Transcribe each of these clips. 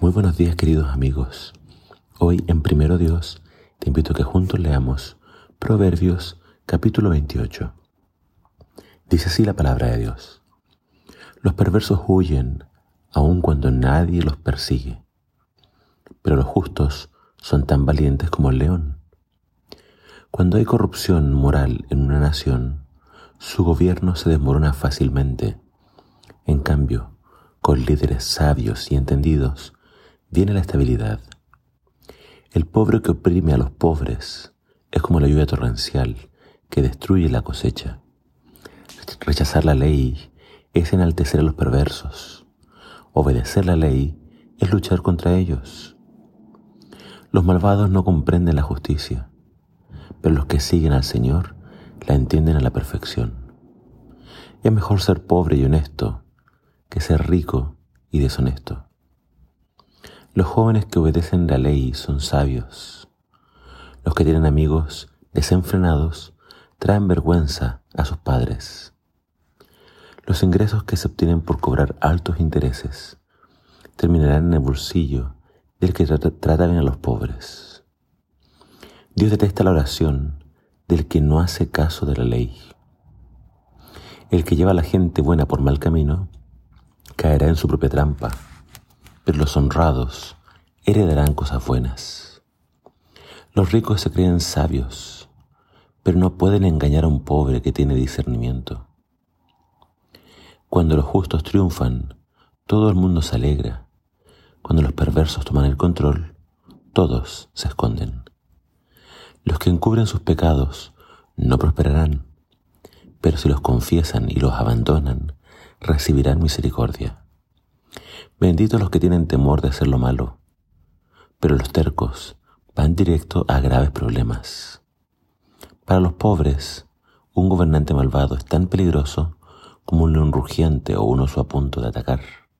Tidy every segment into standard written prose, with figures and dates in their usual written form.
Muy buenos días, queridos amigos. Hoy en Primero Dios te invito a que juntos leamos Proverbios capítulo 28. Dice así la palabra de Dios: Los perversos huyen aun cuando nadie los persigue, pero los justos son tan valientes como el león. Cuando hay corrupción moral en una nación, su gobierno se desmorona fácilmente. En cambio, con líderes sabios y entendidos, viene la estabilidad. El pobre que oprime a los pobres es como la lluvia torrencial que destruye la cosecha. Rechazar la ley es enaltecer a los perversos. Obedecer la ley es luchar contra ellos. Los malvados no comprenden la justicia, pero los que siguen al Señor la entienden a la perfección. Es mejor ser pobre y honesto que ser rico y deshonesto. Los jóvenes que obedecen la ley son sabios. Los que tienen amigos desenfrenados traen vergüenza a sus padres. Los ingresos que se obtienen por cobrar altos intereses terminarán en el bolsillo del que trata bien a los pobres. Dios detesta la oración del que no hace caso de la ley. El que lleva a la gente buena por mal camino caerá en su propia trampa, pero los honrados heredarán cosas buenas. Los ricos se creen sabios, pero no pueden engañar a un pobre que tiene discernimiento. Cuando los justos triunfan, todo el mundo se alegra. Cuando los perversos toman el control, todos se esconden. Los que encubren sus pecados no prosperarán, pero si los confiesan y los abandonan, recibirán misericordia. Benditos los que tienen temor de hacer lo malo, pero los tercos van directo a graves problemas. Para los pobres, un gobernante malvado es tan peligroso como un león rugiente o un oso a punto de atacar.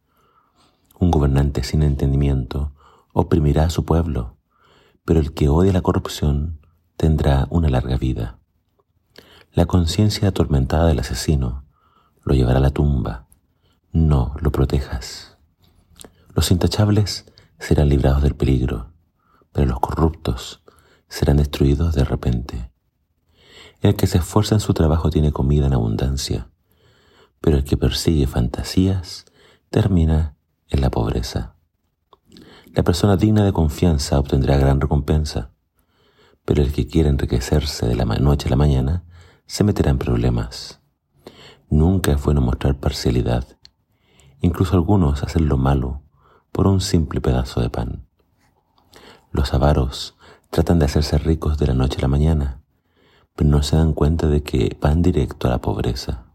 Un gobernante sin entendimiento oprimirá a su pueblo, pero el que odia la corrupción tendrá una larga vida. La conciencia atormentada del asesino lo llevará a la tumba. No lo protejas. Los intachables serán librados del peligro, pero los corruptos serán destruidos de repente. El que se esfuerza en su trabajo tiene comida en abundancia, pero el que persigue fantasías termina en la pobreza. La persona digna de confianza obtendrá gran recompensa, pero el que quiere enriquecerse de la noche a la mañana se meterá en problemas. Nunca es bueno mostrar parcialidad. Incluso algunos hacen lo malo por un simple pedazo de pan. Los avaros tratan de hacerse ricos de la noche a la mañana, pero no se dan cuenta de que van directo a la pobreza.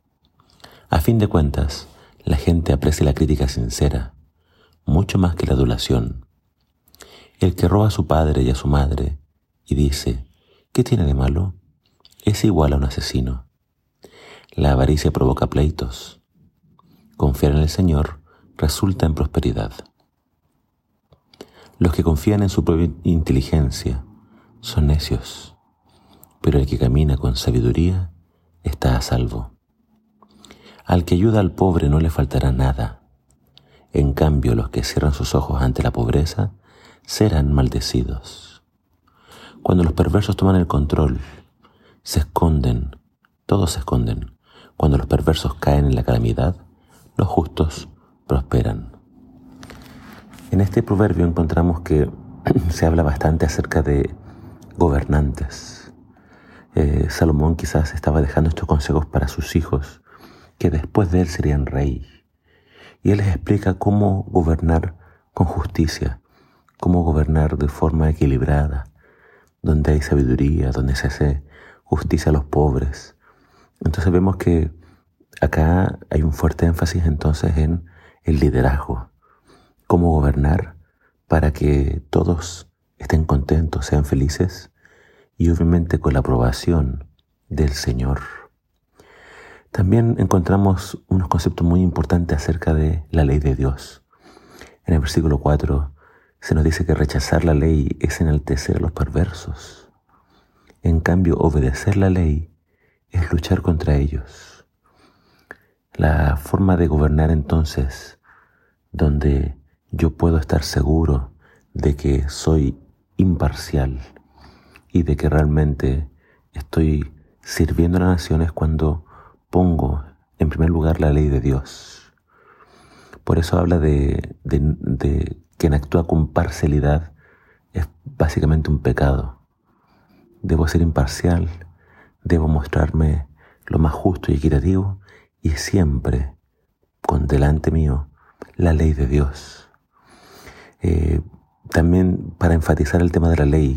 A fin de cuentas, la gente aprecia la crítica sincera, mucho más que la adulación. El que roba a su padre y a su madre y dice, ¿qué tiene de malo?, es igual a un asesino. La avaricia provoca pleitos. Confiar en el Señor resulta en prosperidad. Los que confían en su propia inteligencia son necios, pero el que camina con sabiduría está a salvo. Al que ayuda al pobre no le faltará nada. En cambio, los que cierran sus ojos ante la pobreza serán maldecidos. Cuando los perversos toman el control, se esconden, todos se esconden. Cuando los perversos caen en la calamidad, los justos prosperan. En este proverbio encontramos que se habla bastante acerca de gobernantes. Salomón quizás estaba dejando estos consejos para sus hijos, que después de él serían rey. Y él les explica cómo gobernar con justicia, cómo gobernar de forma equilibrada, donde hay sabiduría, donde se hace justicia a los pobres. Entonces vemos que acá hay un fuerte énfasis entonces en el liderazgo, cómo gobernar para que todos estén contentos, sean felices y obviamente con la aprobación del Señor. También encontramos unos conceptos muy importantes acerca de la ley de Dios. En el versículo 4 se nos dice que rechazar la ley es enaltecer a los perversos. En cambio, obedecer la ley es luchar contra ellos. La forma de gobernar entonces, donde yo puedo estar seguro de que soy imparcial y de que realmente estoy sirviendo a las naciones cuando pongo en primer lugar la ley de Dios. Por eso habla de quien actúa con parcialidad es básicamente un pecado. Debo ser imparcial, debo mostrarme lo más justo y equitativo y siempre con delante mío la ley de Dios. También para enfatizar el tema de la ley,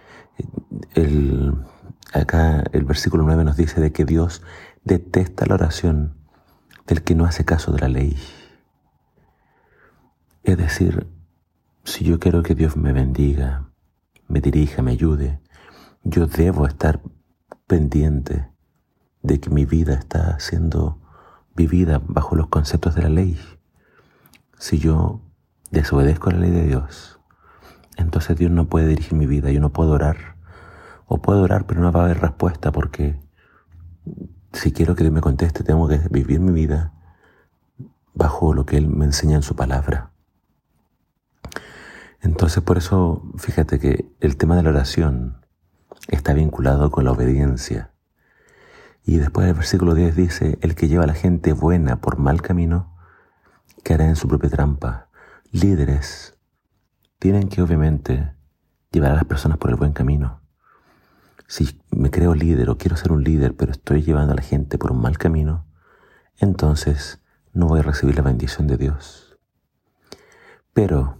acá el versículo 9 nos dice de que Dios detesta la oración del que no hace caso de la ley. Es decir, si yo quiero que Dios me bendiga, me dirija, me ayude, yo debo estar pendiente de que mi vida está siendo vivida bajo los conceptos de la ley. Si yo desobedezco la ley de Dios, entonces Dios no puede dirigir mi vida, yo no puedo orar. O puedo orar, pero no va a haber respuesta porque si quiero que Dios me conteste, tengo que vivir mi vida bajo lo que Él me enseña en su palabra. Entonces, por eso, fíjate que el tema de la oración está vinculado con la obediencia. Y después el versículo 10 dice, el que lleva a la gente buena por mal camino, caerá en su propia trampa. Líderes tienen que obviamente llevar a las personas por el buen camino. Si me creo líder o quiero ser un líder, pero estoy llevando a la gente por un mal camino, entonces no voy a recibir la bendición de Dios. Pero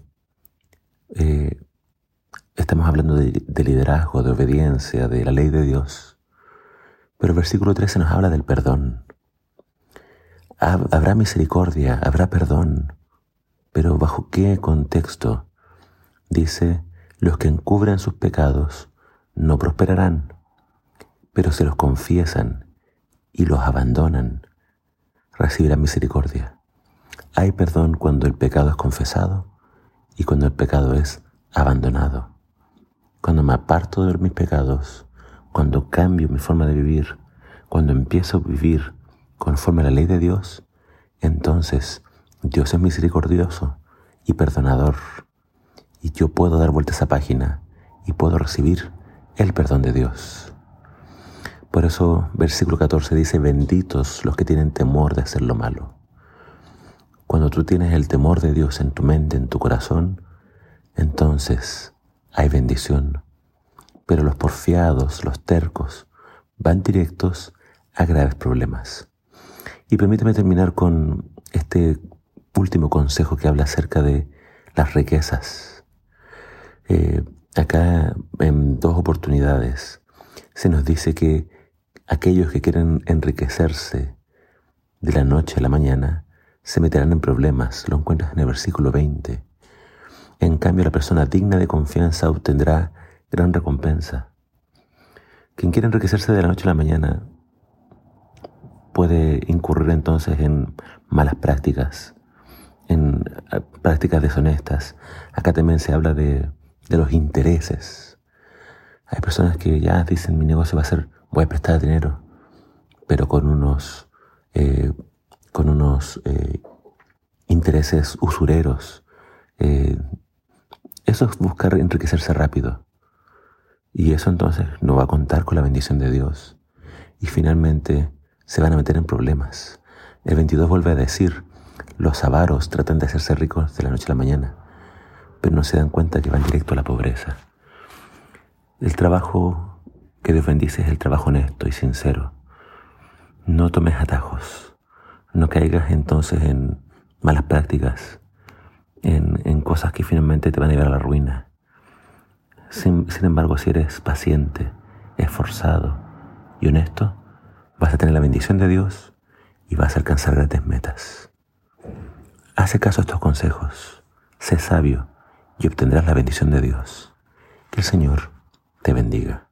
estamos hablando de liderazgo, de obediencia, de la ley de Dios. Pero el versículo 13 nos habla del perdón. Habrá misericordia, habrá perdón. Pero ¿bajo qué contexto? Dice, los que encubren sus pecados no prosperarán, pero si los confiesan y los abandonan, recibirán misericordia. Hay perdón cuando el pecado es confesado y cuando el pecado es abandonado. Cuando me aparto de mis pecados, cuando cambio mi forma de vivir, cuando empiezo a vivir conforme a la ley de Dios, entonces Dios es misericordioso y perdonador. Y yo puedo dar vuelta a esa página y puedo recibir el perdón de Dios. Por eso, versículo 14 dice, benditos los que tienen temor de hacer lo malo. Cuando tú tienes el temor de Dios en tu mente, en tu corazón, entonces hay bendición. Pero los porfiados, los tercos, van directos a graves problemas. Y permíteme terminar con este último consejo que habla acerca de las riquezas. Acá en 2 oportunidades se nos dice que aquellos que quieren enriquecerse de la noche a la mañana se meterán en problemas. Lo encuentras en el versículo 20. En cambio, la persona digna de confianza obtendrá gran recompensa. Quien quiere enriquecerse de la noche a la mañana puede incurrir entonces en malas prácticas, en prácticas deshonestas. Acá también se habla de los intereses. Hay personas que ya dicen, mi negocio va a ser, voy a prestar dinero, pero con unos intereses usureros. Eso es buscar enriquecerse rápido. Y eso entonces no va a contar con la bendición de Dios. Y finalmente se van a meter en problemas. El 22 vuelve a decir, los avaros tratan de hacerse ricos de la noche a la mañana, pero no se dan cuenta que van directo a la pobreza. El trabajo que Dios bendice es el trabajo honesto y sincero. No tomes atajos. No caigas entonces en malas prácticas, en cosas que finalmente te van a llevar a la ruina. Sin embargo, si eres paciente, esforzado y honesto, vas a tener la bendición de Dios y vas a alcanzar grandes metas. Hace caso a estos consejos, sé sabio y obtendrás la bendición de Dios. Que el Señor te bendiga.